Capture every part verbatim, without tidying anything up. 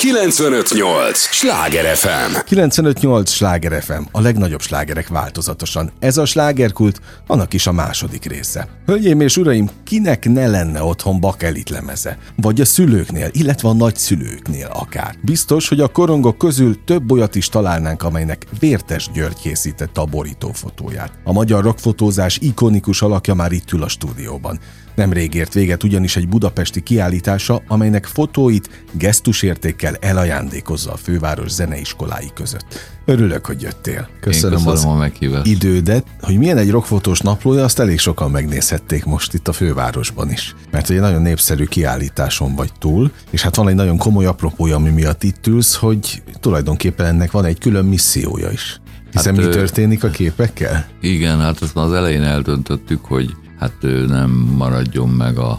kilencvenöt nyolc Sláger ef em. kilencvenöt nyolc Sláger ef em, a legnagyobb slágerek változatosan. Ez a slágerkult, annak is a második része. Hölgyeim és uraim, kinek ne lenne otthon bakelit lemeze? Vagy a szülőknél, illetve a nagyszülőknél akár. Biztos, hogy a korongok közül több olyat is találnánk, amelynek Vértes György készítette a borítófotóját. A magyar rockfotózás ikonikus alakja már itt ül a stúdióban. Nemrég ért véget ugyanis egy budapesti kiállítása, amelynek fotóit gesztusértékkel elajándékozza a főváros zeneiskolái között. Örülök, hogy jöttél. Köszönöm, köszönöm az a meghívást. Idődet, hogy milyen egy rockfotós naplója, azt elég sokan megnézhették most itt a fővárosban is. Mert egy nagyon népszerű kiállításon vagy túl, és hát van egy nagyon komoly apropója, ami miatt itt ülsz, hogy tulajdonképpen ennek van egy külön missziója is. Hiszen hát, mi történik a képekkel? Igen, hát azt az elején eldöntöttük, hogy hát nem maradjon meg az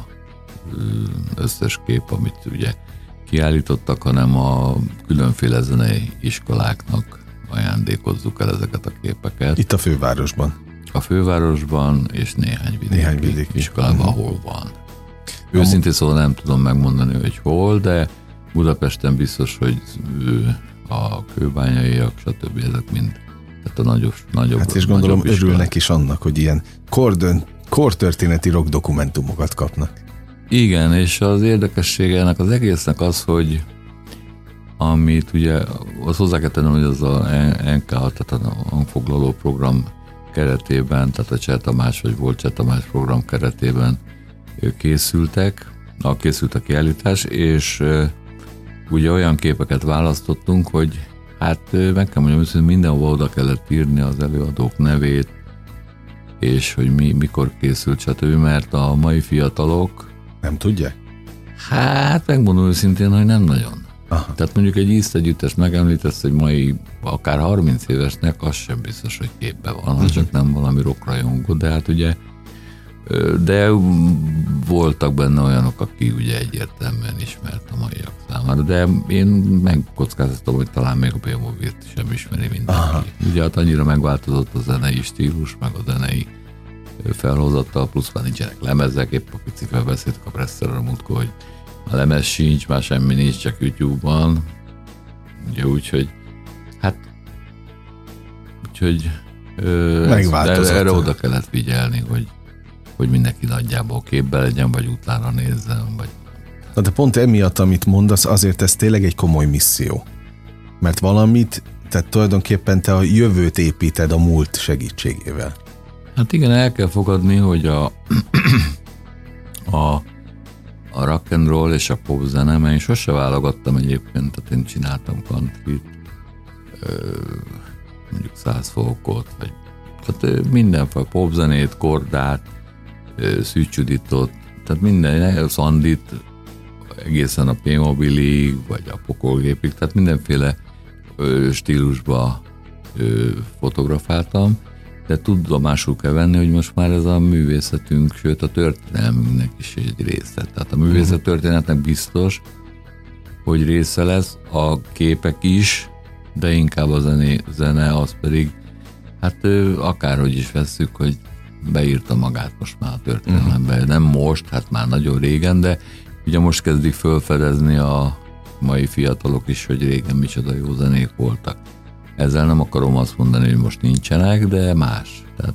összes kép, amit ugye kiállítottak, hanem a különféle zenei iskoláknak ajándékozzuk el ezeket a képeket. Itt a fővárosban? A fővárosban és néhány vidéki, néhány vidéki. iskolában, uh-huh. ahol van. Őszintén szóval nem tudom megmondani, hogy hol, de Budapesten biztos, hogy a kőbányaiak, stb. Ezek mind, tehát a nagyobb, nagyobb Hát és gondolom örülnek is annak, hogy ilyen kordön kortörténeti rock dokumentumokat kapnak. Igen, és az érdekessége ennek az egésznek az, hogy amit ugye, az hozzá kell tennem, hogy az a en ká, tehát a hangfoglaló program keretében, tehát a Cseh Tamás, vagy volt Cseh Tamás program keretében készültek, a készült a kiállítás, és ugye olyan képeket választottunk, hogy hát meg kell mondjam, hogy mindenhova oda kellett írni az előadók nevét, és hogy mi, mikor készült, stb., mert a mai fiatalok... Nem tudják? Hát, megmondom őszintén, hogy nem nagyon. Aha. Tehát mondjuk egy East együttest megemlítesz egy mai, akár harminc évesnek, az sem biztos, hogy képbe van, uh-huh. csak nem valami rockrajongó, de hát ugye de voltak benne olyanok, aki ugye egyértelműen ismert a maiak számára, de én megkockáztatom, hogy talán még a Playmobilt sem ismeri mindenki. Ugye hát annyira megváltozott a zenei stílus, meg a zenei felhozattal, plusz már nincsenek lemezek, épp a pici felbeszéltük a Presszerről múltkor, hogy a lemez sincs, már semmi nincs, csak YouTube-ban. Ugye úgyhogy hát úgyhogy megváltozott. Erre oda kellett figyelni, hogy hogy mindenki nagyjából képbe legyen, vagy útlára nézzen, vagy... Na de pont emiatt, amit mondasz, azért ez tényleg egy komoly misszió. Mert valamit, tehát tulajdonképpen te a jövőt építed a múlt segítségével. Hát igen, el kell fogadni, hogy a a, a rock and roll és a pop zene, mert én sose válogattam egyébként, tehát én csináltam countryt, mondjuk száz folkot, vagy tehát mindenféle popzenét, kordát, Szűcs Juditot, tehát minden, Szandit, egészen a P-mobilig, vagy a pokolgépig, tehát mindenféle ö, stílusba ö, fotografáltam, de tudomásul kell venni, hogy most már ez a művészetünk, sőt a történelmünknek is egy része. Tehát a művészet történetnek biztos, hogy része lesz, a képek is, de inkább a zené, zene az pedig, hát ö, akárhogy is vesszük, hogy beírta magát most már a történelembe. Uh-huh. Nem most, hát már nagyon régen, de ugye most kezdik felfedezni a mai fiatalok is, hogy régen micsoda jó zenék voltak. Ezzel nem akarom azt mondani, hogy most nincsenek, de más. Tehát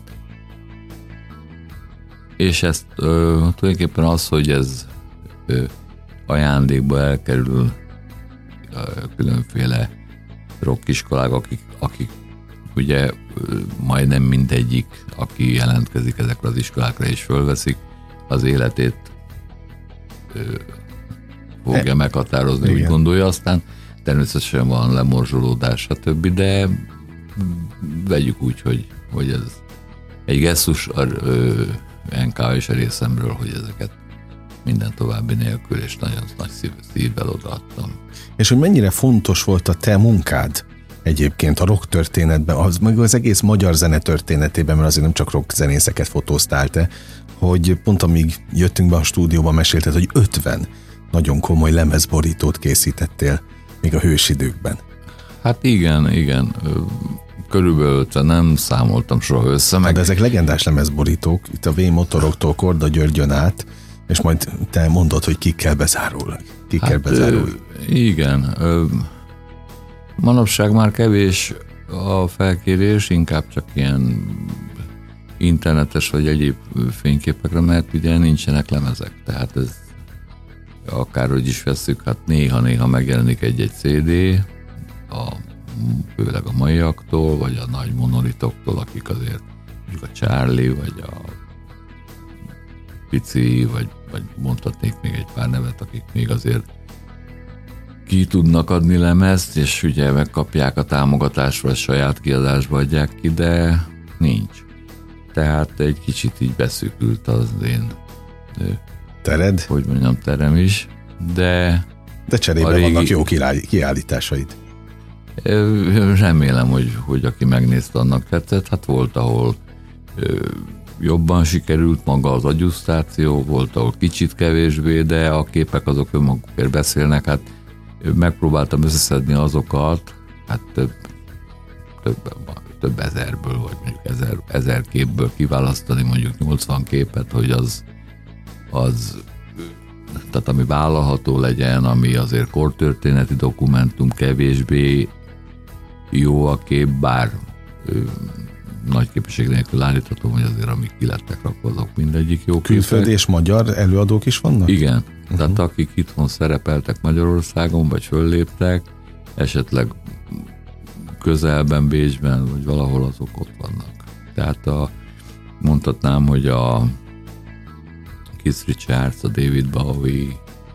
és ezt ö, tulajdonképpen az, hogy ez ö, ajándékba elkerül ö, különféle rockiskolák, akik, akik ugye majdnem mindegyik, aki jelentkezik ezekre az iskolákra és fölveszik, az életét ö, fogja meghatározni, igen. Úgy gondolja, aztán természetesen van lemorzsolódás, stb., de vegyük úgy, hogy, hogy ez egy gesztus en ká és a részemről, hogy ezeket minden további nélkül és nagyon nagy szív, szívvel odaadtam. És hogy mennyire fontos volt a te munkád egyébként a rock történetben, az meg az egész magyar zene történetében, mert azért nem csak rock zenészeket fotóztál te, hogy pont amíg jöttünk be a stúdióba, mesélted, hogy ötven nagyon komoly lemezborítót készítettél még a hősidőkben. Hát igen, igen. Körülbelül nem számoltam soha össze. Meg... De ezek legendás lemezborítók, itt a V-motoroktól Korda Györgyön át, és majd te mondod, hogy kikkel bezárólag. kikkel hát, bezárulni. Igen. Manapság már kevés a felkérés, inkább csak ilyen internetes vagy egyéb fényképekre, mert ugye nincsenek lemezek, tehát ez akárhogy is vesszük, hát néha-néha megjelenik egy-egy cé dé, a, főleg a maiaktól, vagy a nagy monolitoktól, akik azért mondjuk a Charlie, vagy a Pici, vagy, vagy mondhatnék még egy pár nevet, akik még azért ki tudnak adni lemezt, és ugye megkapják a támogatást, vagy saját kiadásba adják ki, de nincs. Tehát egy kicsit így beszűkült az én tered? Hogy mondjam, terem is, de de cserében régi... vannak jó kiállításaid. Remélem, hogy, hogy aki megnézte, annak tetszett. Hát volt, ahol jobban sikerült maga az adjusztáció, volt, ahol kicsit kevésbé, de a képek azok önmagukért beszélnek. Hát megpróbáltam összeszedni azokat, hát több, több, több ezerből, vagy mondjuk ezer, ezer képből kiválasztani mondjuk nyolcvan képet, hogy az, az tehát ami vállalható legyen, ami azért kortörténeti dokumentum, kevésbé jó a kép, bár ő, nagy képesség nélkül állíthatom, hogy azért amik ki lettek rakva, azok mindegyik jó külföldi képek. És magyar előadók is vannak? Igen, uh-huh. Tehát akik itthon szerepeltek Magyarországon, vagy fölléptek, esetleg közelben, Bécsben, vagy valahol azok ott vannak. Tehát a, mondhatnám, hogy a Keith Richards, a David Bowie,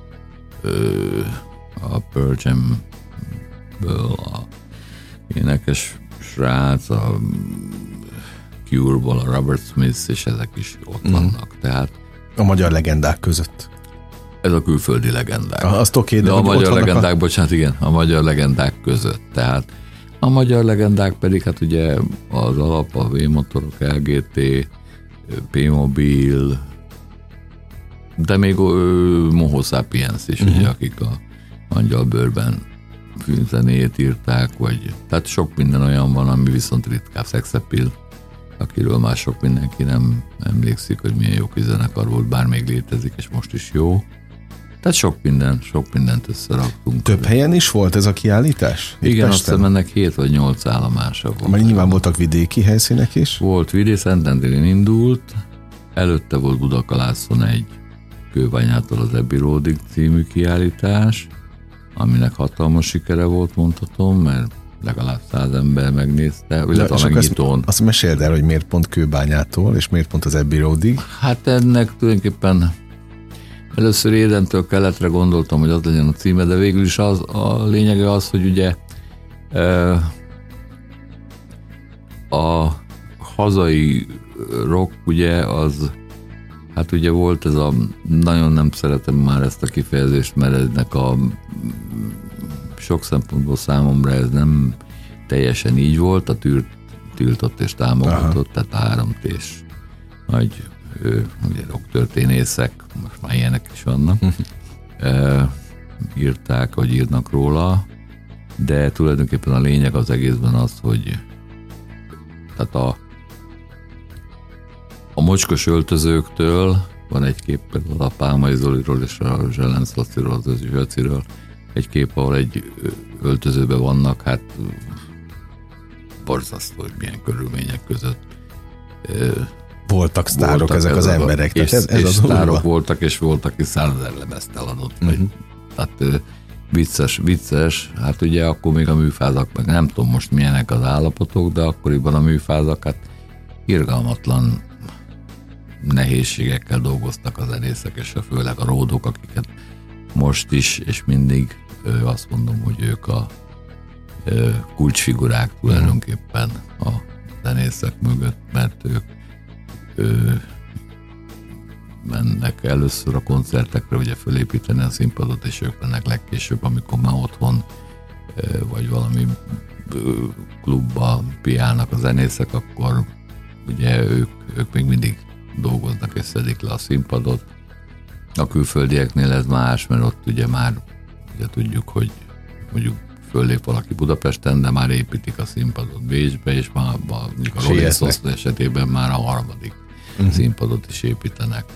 a Pearl Jam-ből a énekes srác, a Cure-ból a Robert Smith, és ezek is ott mm. vannak. Tehát a magyar legendák között. Ez a külföldi legendák. Ah, azt oké, de, de a magyar legendák, a... bocsánat, igen, a magyar legendák között. Tehát a magyar legendák pedig, hát ugye az alap, a V-motorok, el gé té, P-mobil, de még ö, Moho Sapiens is, uh-huh. ugye, akik a Angyalbőrben filmzenét írták, vagy tehát sok minden olyan van, ami viszont ritkább. Sex Appeal, akiről már sok mindenki nem emlékszik, hogy milyen jó zenekar volt, bár még létezik, és most is jó. Tehát sok minden, sok mindent összeraktunk. Több helyen is volt ez a kiállítás? Igen, azt hiszem ennek hét vagy nyolc állomása volt. Mert nyilván voltak vidéki helyszínek is? Volt vidék, Szentendrén indult, előtte volt Budakalászon egy Kőbányától az Abbey Roadig című kiállítás, aminek hatalmas sikere volt, mondhatom, mert legalább száz ember megnézte, illetve a megnyitón. Azt, azt meséld el, hogy miért pont Kőbányától, és miért pont az Abbey Roadig? Hát ennek tulajdonképpen először Édentől keletre gondoltam, hogy az legyen a címe, de végül is az, a lényege az, hogy ugye a hazai rock, ugye, az hát ugye volt ez a, nagyon nem szeretem már ezt a kifejezést, mert ennek a sok szempontból számomra ez nem teljesen így volt, a tűrt, tiltott és támogatott, aha. Tehát a három és nagy ő, ugye rocktörténészek, most már ilyenek is vannak, e, írták, vagy írnak róla, de tulajdonképpen a lényeg az egészben az, hogy tehát a A mocskos öltözőktől van egy kép például a Pálmai Zoliról és a Zselenc Laciról, az Zsöciről, egy kép, ahol egy öltözőben vannak, hát borzasztó, hogy milyen körülmények között. Voltak sztárok voltak ezek az emberek. És, ez, ez és az sztárok urva. Voltak, és voltak, aki százezer lemezt eladott. Uh-huh. Tehát vicces, vicces, hát ugye akkor még a műfázak, meg nem tudom most milyenek az állapotok, de akkoriban a műfázak, hát irgalmatlan nehézségekkel dolgoztak a zenészek, és főleg a ródok, akiket most is, és mindig azt mondom, hogy ők a kulcsfigurák tulajdonképpen a zenészek mögött, mert ők ő, mennek először a koncertekre, ugye fölépíteni a színpadot, és ők mennek legkésőbb, amikor már otthon vagy valami klubba piálnak a zenészek, akkor ugye ők, ők még mindig dolgoznak és szedik le a színpadot. A külföldieknél ez más, mert ott ugye már ugye tudjuk, hogy mondjuk föllép valaki Budapesten, de már építik a színpadot Bécsbe, és már a Rolling Stones esetében már a harmadik uh-huh. színpadot is építenek.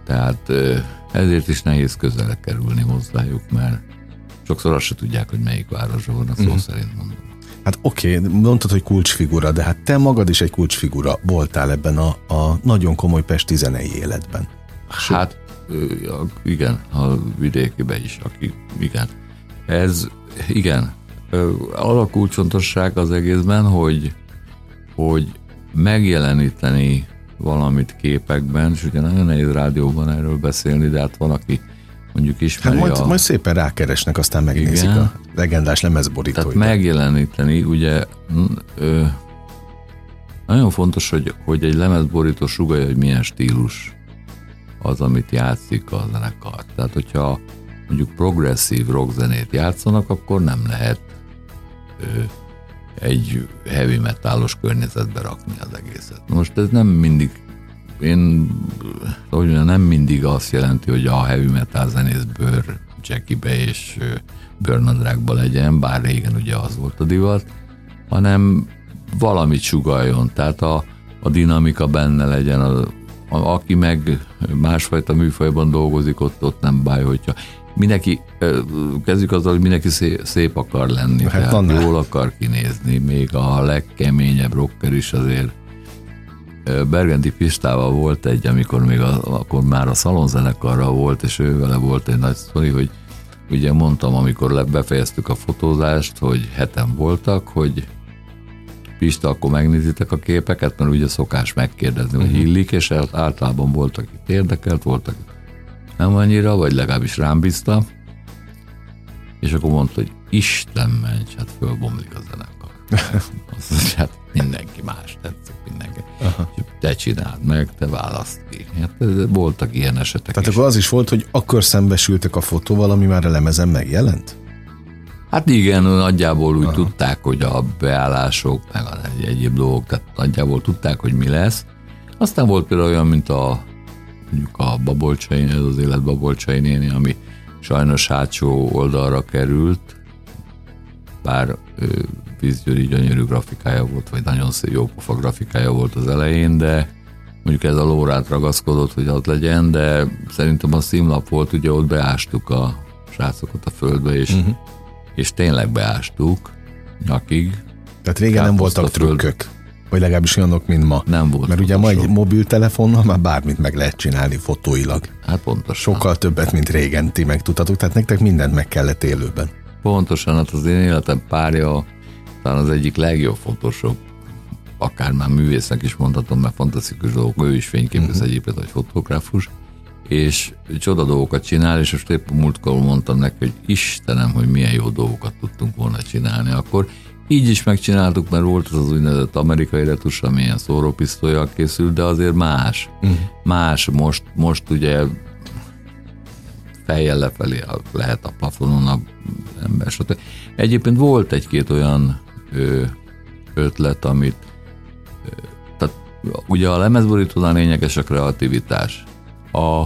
Tehát ezért is nehéz közel kerülni hozzájuk, mert sokszor azt se tudják, hogy melyik városban van, a szó uh-huh. szerint mondom. Hát oké, okay, mondtad, hogy kulcsfigura, de hát te magad is egy kulcsfigura voltál ebben a, a nagyon komoly pesti zenei életben. Hát igen, a vidékiben is, aki, igen. Ez, igen, az a kulcsfontosság az egészben, hogy, hogy megjeleníteni valamit képekben, és ugye nagyon nehéz rádióban erről beszélni, de hát van, aki mondjuk ismeri hát majd, a... majd szépen rákeresnek, aztán megnézik igen. a legendás lemezborítóit. Tehát megjeleníteni, ugye ö, nagyon fontos, hogy, hogy egy lemezborító sugallja, hogy milyen stílus az, amit játszik a zenekar. Tehát, hogyha mondjuk progresszív rockzenét játszanak, akkor nem lehet ö, egy heavy metalos környezetbe rakni az egészet. Most ez nem mindig, én hogy mondjam, nem mindig azt jelenti, hogy a heavy metal zenész bőr jackibe és bőrnadrágba legyen, bár régen ugye az volt a divat, hanem valamit sugalljon, tehát a, a dinamika benne legyen, a, a, aki meg másfajta műfajban dolgozik, ott, ott nem baj, hogyha mindenki, kezdjük azzal, hogy mindenki szép, szép akar lenni, hát tehát annál. Jól akar kinézni, még a legkeményebb rocker is azért. Bergendi Pistával volt egy, amikor még a, akkor már a szalonzenekarral volt, és ő vele volt egy nagy sztori, hogy ugye mondtam, amikor befejeztük a fotózást, hogy heten voltak, hogy Pista, akkor megnézitek a képeket, mert ugye szokás megkérdezni, uh-huh. hogy illik, és általában voltak itt érdekelt, voltak nem annyira, vagy legalábbis rám bízta, és akkor mondta, hogy Isten ments, hát fölbomlik a zenekar. Azt, hát mindenki más tetszik, mindenki. Aha. Te csináld meg, te választ ki. Hát voltak ilyen esetek. Tehát is. akkor az is volt, hogy akkor szembesültek a fotóval, ami már a lemezen megjelent? Hát igen, nagyjából úgy Aha. tudták, hogy a beállások, meg a egyéb dolgok, tehát nagyjából tudták, hogy mi lesz. Aztán volt például olyan, mint a mondjuk a Babolcsai, ez az élet Babolcsai néni, ami sajnos hátsó oldalra került, bár vízgyőri gyönyörű grafikája volt, vagy nagyon szép jó pofa grafikája volt az elején, de mondjuk ez a lórát ragaszkodott, hogy ott legyen, de szerintem a színlap volt, ugye ott beástuk a srácokat a földbe, és, uh-huh. és tényleg beástuk nyakig. Tehát régen nem voltak trükkök, vagy legalábbis olyanok, mint ma. Nem volt. Mert ugye ma egy mobiltelefonnal már bármit meg lehet csinálni fotóilag. Hát pontosan. Sokkal többet, mint régen ti meg tudtatok, tehát nektek mindent meg kellett élőben. Pontosan, hát az én életem párja talán az egyik legjobb Photoshop, akár már művésznek is mondhatom, mert fantasztikus dolgok, ő is fényképész uh-huh. egyébként, vagy fotográfus, és csoda dolgokat csinál, és most épp múltkor mondtam neki, hogy Istenem, hogy milyen jó dolgokat tudtunk volna csinálni. Akkor így is megcsináltuk, mert volt az az úgynevezett amerikai retus, ami ilyen szórópisztollyal készült, de azért más. Uh-huh. Más, most, most ugye fejjel lefelé lehet a plafonon a ember. Stb. Egyébként volt egy-két olyan ö, ötlet, amit ö, tehát ugye a lemezborítónál lényeges a kreativitás. A,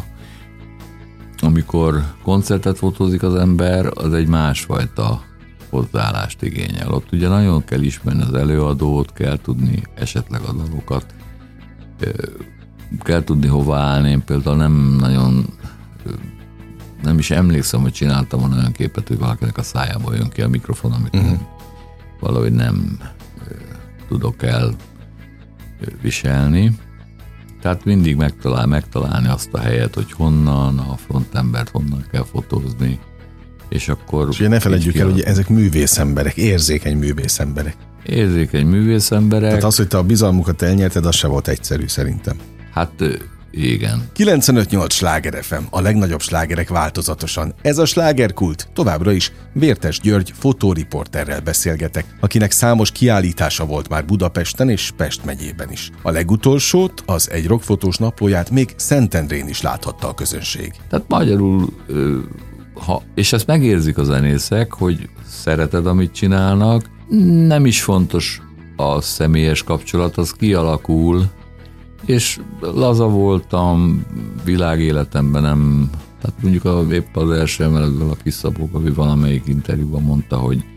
amikor koncertet fotózik az ember, az egy másfajta hozzáállást igényel. Ott ugye nagyon kell ismerni az előadót, kell tudni esetleg a dalokat, ö, kell tudni hova állni. Én például nem nagyon ö, nem is emlékszem, hogy csináltam volna olyan képet, hogy valakinek a szájából jön ki a mikrofon, amit uh-huh. valahogy nem ö, tudok el ö, viselni. Tehát mindig megtalál, megtalálni azt a helyet, hogy honnan, a frontembert honnan kell fotózni, és akkor... És ugye ne felejtjük el, hogy ezek művészemberek, érzékeny művészemberek. Érzékeny művészemberek. Tehát az, hogy te a bizalmukat elnyerted, az se volt egyszerű szerintem. Hát... igen. kilencvenöt nyolc Sláger ef em, a legnagyobb slágerek változatosan. Ez a slágerkult. Továbbra is Vértes György fotóriporterrel beszélgetek, akinek számos kiállítása volt már Budapesten és Pest megyében is. A legutolsót, az Egy rockfotós naplóját még Szentendrén is láthatta a közönség. Tehát magyarul, ha, és ezt megérzik a zenészek, hogy szereted, amit csinálnak, nem is fontos a személyes kapcsolat, az kialakul, és laza voltam, világéletemben nem, tehát mondjuk a, épp az első emeletben a kis Szabó, aki valamelyik interjúban mondta, hogy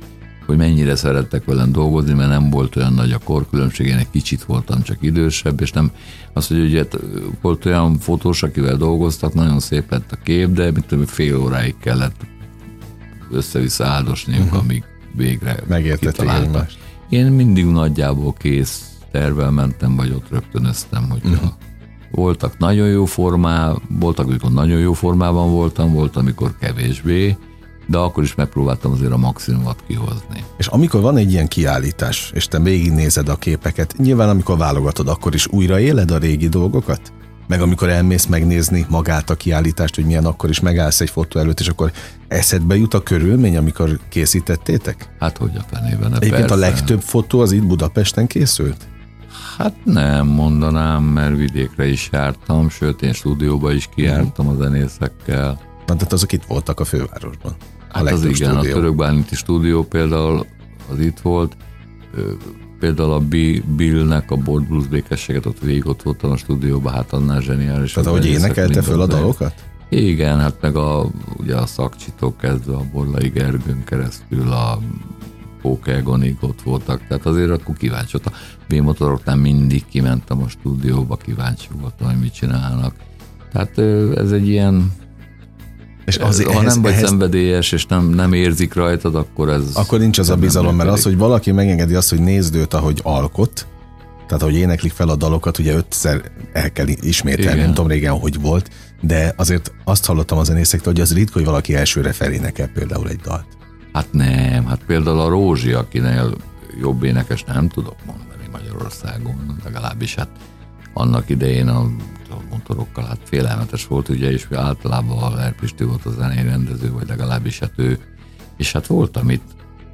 hogy mennyire szerettek velem dolgozni, mert nem volt olyan nagy a korkülönbség, én egy kicsit voltam csak idősebb, és nem az, hogy ugye volt olyan fotós, akivel dolgoztak, nagyon szép lett a kép, de mit tudom, fél óráig kellett össze-vissza áldosniuk, uh-huh. amíg végre megértették egymást. Én mindig nagyjából kész tervvel mentem, vagy ott rögtönöztem, hogyha uh-huh. voltak nagyon jó formában, voltak, amikor nagyon jó formában voltam, volt, amikor kevésbé, de akkor is megpróbáltam azért a maximumot kihozni. És amikor van egy ilyen kiállítás, és te végignézed a képeket, nyilván amikor válogatod, akkor is újra éled a régi dolgokat? Meg amikor elmész megnézni magát a kiállítást, hogy milyen, akkor is megállsz egy fotó előtt, és akkor eszedbe jut a körülmény, amikor készítettétek? Hát hogy a fenében? Egyébként persze. A legtöbb fotó az itt Budapesten készült? Hát nem mondanám, mert vidékre is jártam, sőt én stúdióba is kijártam a zenészekkel. Na, tehát azok itt voltak a fővárosban. A hát az igen, stúdió. A Török Bálinti stúdió például az itt volt, például a Billnek a Bold Blues békességet, ott végig ott voltam a stúdióban, hát annál zseniális. Tehát ahogy énekelte föl a dalokat? Igen, hát meg a, ugye a Szakcsitól kezdve a Borlai Gergőn keresztül a Pókelgonig ott voltak, tehát azért akkor kíváncsi voltam. B-motoroknál mindig kimentem a stúdióba, kíváncsi voltam, hogy mit csinálnak. Tehát ez egy ilyen, és azért, ha ehhez, nem vagy ehhez... szenvedélyes, és nem, nem érzik rajtad, akkor ez... Akkor nincs az a bizalom, mert az, hogy valaki megengedi azt, hogy nézd őt, ahogy alkot, tehát ahogy éneklik fel a dalokat, ugye ötszer el kell ismételni, nem tudom régen, hogy volt, de azért azt hallottam a zenészektől, hogy az ritka, hogy valaki elsőre felénekel például egy dalt. Hát nem, hát például a Rózsi, akinél jobb énekes nem tudok mondani Magyarországon, legalábbis hát annak idején a, a motorokkal hát félelmetes volt, ugye, és általában a Ler Pisti volt a zenei rendező, vagy legalábbis hát ő, és hát voltam itt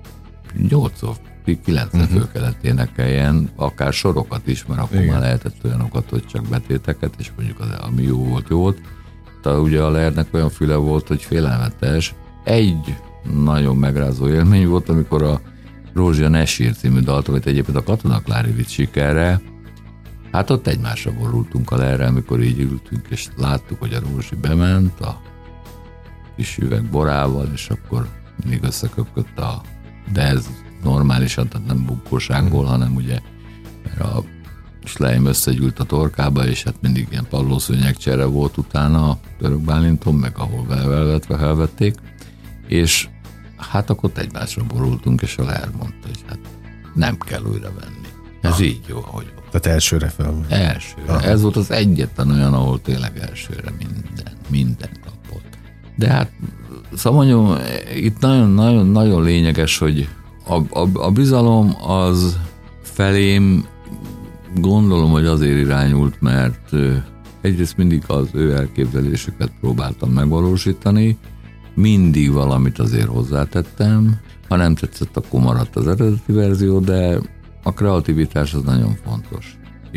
nyolc kilencven uh-huh. föl kellett énekeljen, akár sorokat is, mert akkor igen. már lehetett olyanokat, hogy csak betéteket, és mondjuk az, ami jó volt, jó volt. Tehát ugye a Lernek olyan füle volt, hogy félelmetes. Egy nagyon megrázó élmény volt, amikor a Rózsi a Nesír című dalt, amit egyébként a Katona Klári vitt sikerre, hát ott egymásra borultunk a Lerrel, amikor így ültünk, és láttuk, hogy a Rózsi bement a kis üveg borával, és akkor mindig összeköpködt a, de ez normálisan, tehát nem bunkóságból, hmm. hanem ugye, mert a Schleim összegyűlt a torkába, és hát mindig ilyen pallószőnyegcsere volt utána a Török Bálinton, meg ahol velvetve elvették, és hát akkor egymásra borultunk, és a Ler mondta, hogy hát nem kell újra venni. Ez ah. így jó, ahogy volt. Tehát elsőre fel. Elsőre. Ah. Ez volt az egyetlen olyan, ahol tényleg elsőre minden, minden kapott. De hát, szóval mondjam, itt nagyon-nagyon lényeges, hogy a, a, a bizalom az felém gondolom, hogy azért irányult, mert egyrészt mindig az ő elképzelésüket próbáltam megvalósítani, mindig valamit azért hozzátettem, ha nem tetszett, akkor maradt az eredeti verzió, de a kreativitás az nagyon fontos.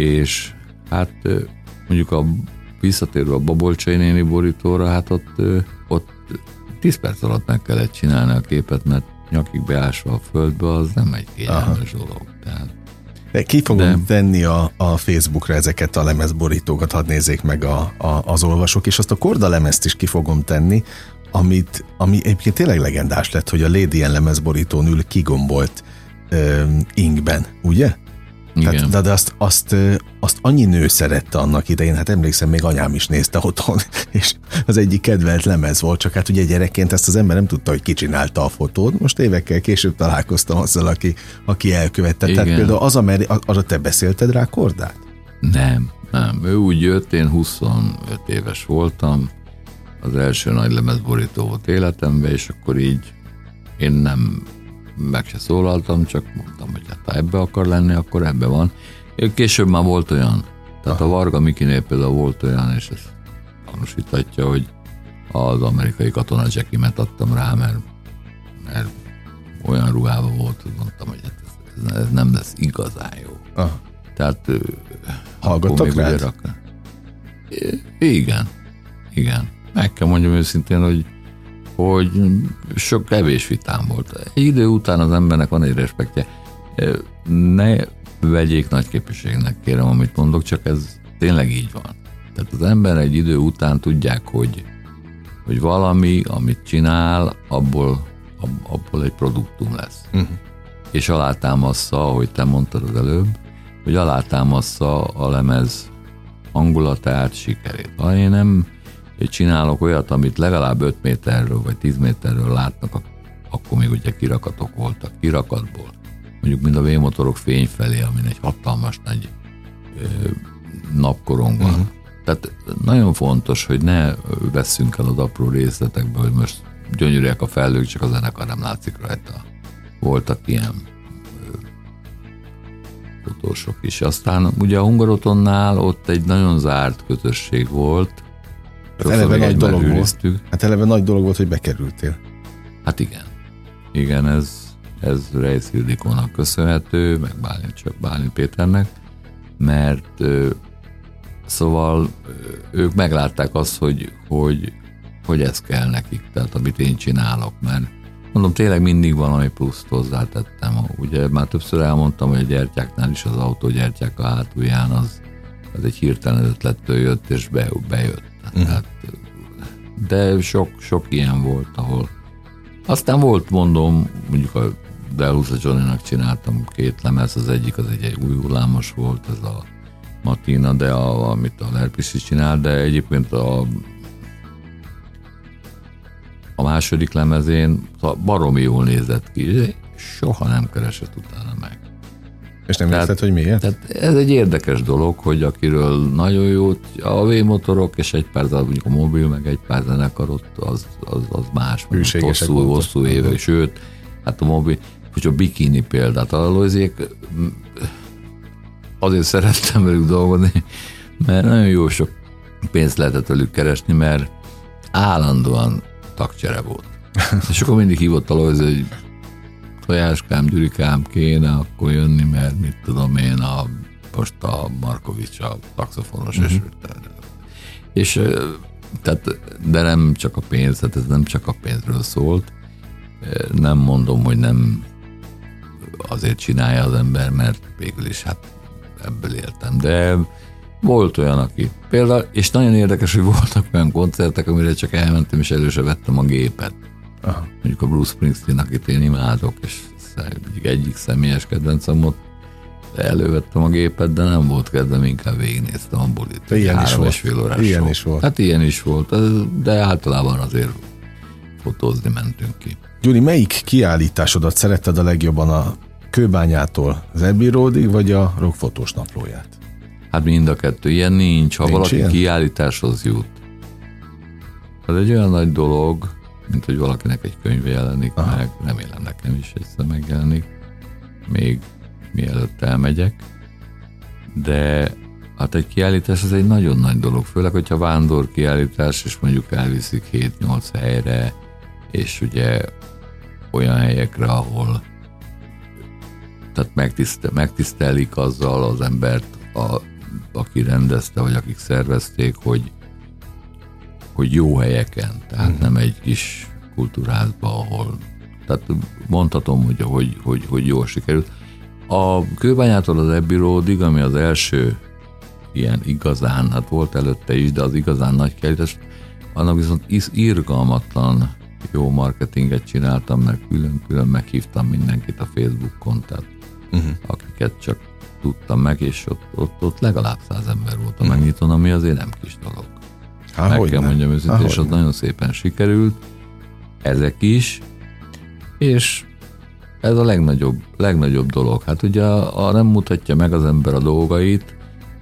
És hát mondjuk a visszatérve a Babolcsai néni borítóra, hát ott, ott tíz perc alatt meg kellett csinálni a képet, mert nyakig beásva a földbe, az nem egy kényelmes dolog. Tehát de ki fogom de... tenni a, a Facebookra ezeket a lemezborítókat, hadd nézzék meg a, a, az olvasók, és azt a Korda lemezt is ki fogom tenni, amit, ami egyébként tényleg legendás lett, hogy a Lady N lemezborítón ül kigombolt uh, inkben, ugye? Tehát, de, de azt, azt, azt annyi nő szerette annak idején, hát emlékszem, még anyám is nézte otthon, és az egyik kedvelt lemez volt, csak hát ugye gyerekként ezt az ember nem tudta, hogy ki csinálta a fotót. Most évekkel később találkoztam azzal, aki, aki elkövette. Igen. Tehát például az, amely, arra te beszélted rá Kordát? Nem, nem. Ő úgy jött, én huszonöt éves voltam, az első nagy lemezborító volt életemben, és akkor így én nem meg se szólaltam, csak mondtam, hogy hát ha ebbe akar lenni, akkor ebbe van. Később már volt olyan. Tehát Aha. a Varga Mikinél például volt olyan, és ezt tanúsítatja, hogy az amerikai katona Jackie-met adtam rá, mert, mert olyan ruhában volt, hogy mondtam, hogy hát ez, ez nem lesz igazán jó. Aha. Tehát hallgattak rád? Rak... Igen. Igen. Meg kell mondjam őszintén, hogy hogy sok kevés vitám volt. Egy idő után az embernek van egy respektje. Ne vegyék nagy képviségnek, kérem, amit mondok, csak ez tényleg így van. Tehát az ember egy idő után tudják, hogy, hogy valami, amit csinál, abból abból egy produktum lesz. Uh-huh. És alátámassza, ahogy te mondtad az előbb, hogy alátámassza a lemez hangulatát, sikerét. Ha én nem csinálok olyat, amit legalább öt méterről vagy tíz méterről látnak, akkor még ugye kirakatok voltak, kirakatból. Mondjuk mind a V-motorok fény felé, amin egy hatalmas nagy ö, napkorong van. Uh-huh. Tehát nagyon fontos, hogy ne vesszünk el az apró részletekbe, hogy most gyönyörűek a felhők, csak a zenekar nem látszik rajta. Voltak ilyen fotósok is. Aztán ugye a Hungarotonnál ott egy nagyon zárt közösség volt. Hát eleve nagy dolog volt. Hát eleve nagy dolog volt, hogy bekerültél. Hát igen. Igen, ez, ez Reisz Ildikónak köszönhető, meg Bálint, csak Bálint Péternek, mert szóval ők meglátták azt, hogy, hogy, hogy ez kell nekik, tehát amit én csinálok, mert mondom, tényleg mindig valami pluszt hozzátettem. Ugye már többször elmondtam, hogy a gyertyáknál is az autógyertyák a hátulján az, az egy hirtelen ötlettől jött, és be, bejött. Uh-huh. Tehát, de sok, sok ilyen volt, ahol aztán volt, mondom, mondjuk a Delhusa Johnnynak csináltam két lemez, az egyik az egy, egy új hullámos volt, ez a Matina, de a, amit a Lerpis is csinál, de egyébként a a második lemezén baromi jól nézett ki, soha nem keresett utána meg. És nem érted, hogy miért? Tehát ez egy érdekes dolog, hogy akiről nagyon jó, a V-motorok és egy pár, mondjuk a mobil, meg egy pár zenekar ott, az, az, az más, hosszú, hosszú éve, sőt, hát a mobil, hogy a Bikini példát, a Lojzék, azért szerettem velük dolgozni, mert nagyon jó sok pénzt lehetett velük keresni, mert állandóan tagcsere volt. És akkor mindig hívott a Lojzé, hogy Tojáskám, Gyurikám, kéne akkor jönni, mert mit tudom én, a, most a Markovics, a szaxofonos, uh-huh. és, és tehát, de nem csak a pénz, tehát ez nem csak a pénzről szólt. Nem mondom, hogy nem azért csinálja az ember, mert végül is hát ebből éltem, de volt olyan, aki például, és nagyon érdekes, hogy voltak olyan koncertek, amire csak elmentem, és előse vettem a gépet. Aha. Mondjuk a Bruce Springsteen, akit én imádok, és egyik személyes kedvencem, ott elővettem a gépet, de nem volt kedvem, inkább végignéztem a bulit. Ilyen is volt. Ilyen is volt. Hát ilyen is volt, de általában azért fotózni mentünk ki. Gyuri, melyik kiállításodat szeretted a legjobban, a Kőbányától az Abbey Roadig, vagy a rockfotós naplóját? Hát mind a kettő. Ilyen nincs. Ha nincs valaki ilyen? Kiállításhoz jut. Ez egy olyan nagy dolog, mint hogy valakinek egy könyve jelenik Aha. meg. Remélem nekem is egyszer megjelenik. Még mielőtt elmegyek. De hát egy kiállítás az egy nagyon nagy dolog. Főleg, hogyha vándor kiállítás, és mondjuk elviszik hét-nyolc helyre, és ugye olyan helyekre, ahol tehát megtisztel, megtisztelik azzal az embert, a, aki rendezte, vagy akik szervezték, hogy, hogy jó helyeken, tehát mm. nem egy kis kultúrázba, ahol tehát mondhatom, hogy, hogy, hogy, hogy jól sikerült. A Kőbányától az Abbey Roadig, ami az első ilyen igazán, hát volt előtte is, de az igazán nagy kiállítás, annak viszont irgalmatlan jó marketinget csináltam, meg külön-külön meghívtam mindenkit a Facebookon, tehát uh-huh. akiket csak tudtam meg, és ott, ott, ott legalább száz ember volt a uh-huh. megnyitón, ami azért nem kis dolog. Há, meg kell ne. mondjam őszintén, és az nagyon szépen sikerült, ezek is, és ez a legnagyobb, legnagyobb dolog. Hát ugye a, a nem mutatja meg az ember a dolgait,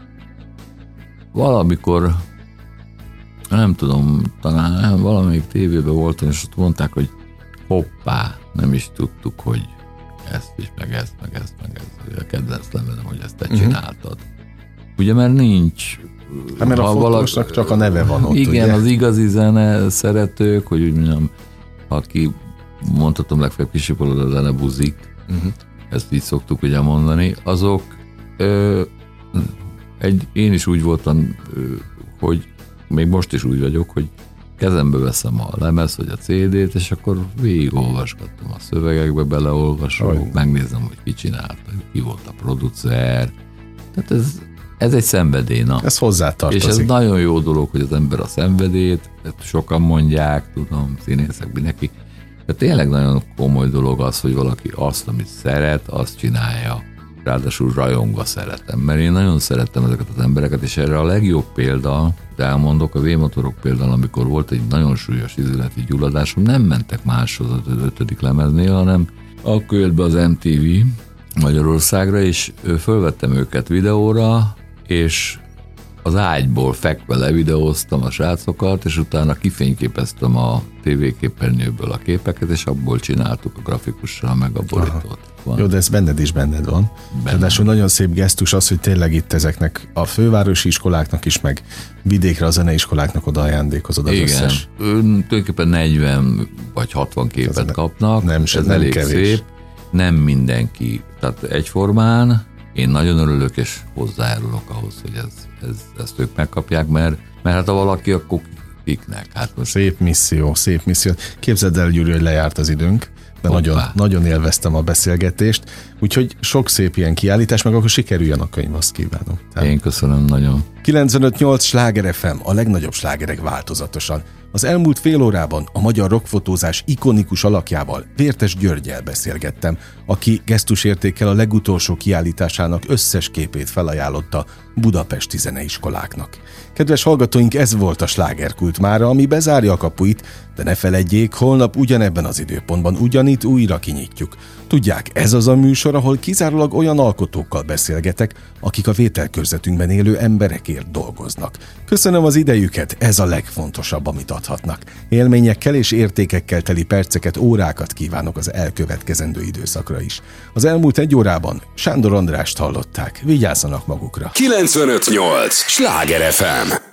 valamikor nem tudom, talán valamelyik tévében voltam, és ott mondták, hogy hoppá, nem is tudtuk, hogy ezt is, meg ezt, meg ezt, meg ezt. A kedvenc lemezem, hogy ezt te uh-huh. csináltad. Ugye, mert nincs... Hát mert a fotósnak valaki, csak a neve van ott, igen, ugye? Az igazi zene szeretők, hogy úgy mondjam, aki mondhatom legfeljebb kisipolod a zene buzik, uh-huh. ezt így szoktuk ugye mondani, azok ö, egy, én is úgy voltam, ö, hogy még most is úgy vagyok, hogy kezembe veszem a lemez, vagy a cé dét, és akkor végigolvasgattam a szövegekbe, beleolvasom, Aj. megnézem, hogy ki csinálta, ki volt a producer. Tehát ez, ez egy szenvedély, na. Ez hozzátartozik. És ez nagyon jó dolog, hogy az ember a szenvedélyt, sokan mondják, tudom, színészek, mindenki, De tényleg nagyon komoly dolog az, hogy valaki azt, amit szeret, azt csinálja. Ráadásul rajongva szeretem, mert én nagyon szerettem ezeket az embereket, és erre a legjobb példa, de elmondok, a V-motorok például, amikor volt egy nagyon súlyos izületi gyulladásom, nem mentek máshoz az ötödik lemeznél, hanem akkor jött be az em té vé Magyarországra, és fölvettem őket videóra, és az ágyból fekve levideóztam a srácokat, és utána kifényképeztem a tévéképernyőből a képeket, és abból csináltuk a grafikussal meg a borítót. Jó, de ez benned is benned van. Ráadásul nagyon szép gesztus az, hogy tényleg itt ezeknek a fővárosi iskoláknak is, meg vidékre a zeneiskoláknak oda ajándékozod az igen. összes. Igen, tulajdonképpen negyven vagy hatvan képet ez kapnak, nem, ez nem elég kevés. szép. Nem mindenki, tehát egyformán. Én nagyon örülök, és hozzájárulok ahhoz, hogy ez, ez, ezt ők megkapják, mert, mert hát ha valaki, akkor kiknek. Hát most... Szép misszió, szép misszió. Képzeld el, Gyuri, hogy lejárt az időnk, de nagyon, nagyon élveztem a beszélgetést, úgyhogy sok szép ilyen kiállítás, meg akkor sikerüljen a könyv, azt kívánom. Tehát... Én köszönöm nagyon. kilencvenöt nyolc Sláger ef em, a legnagyobb slágerek változatosan. Az elmúlt fél órában a magyar rockfotózás ikonikus alakjával, Vértes Györggyel beszélgettem, aki gesztusértékkel a legutolsó kiállításának összes képét felajánlotta budapesti zeneiskoláknak. Kedves hallgatóink, ez volt a Slágerkult mára, ami bezárja a kapuit, de ne feledjék, holnap ugyanebben az időpontban ugyanitt újra kinyitjuk. Tudják, ez az a műsor, ahol kizárólag olyan alkotókkal beszélgetek, akik a vételkörzetünkben élő emberekért dolgoznak. Köszönöm az idejüket, ez a legfontosabb, amit adhatnak. Élményekkel és értékekkel teli perceket, órákat kívánok az elkövetkezendő időszakra is. Az elmúlt egy órában Sándor Andrást hallották. Vigyázzanak magukra! kilencvenöt nyolc Sláger ef em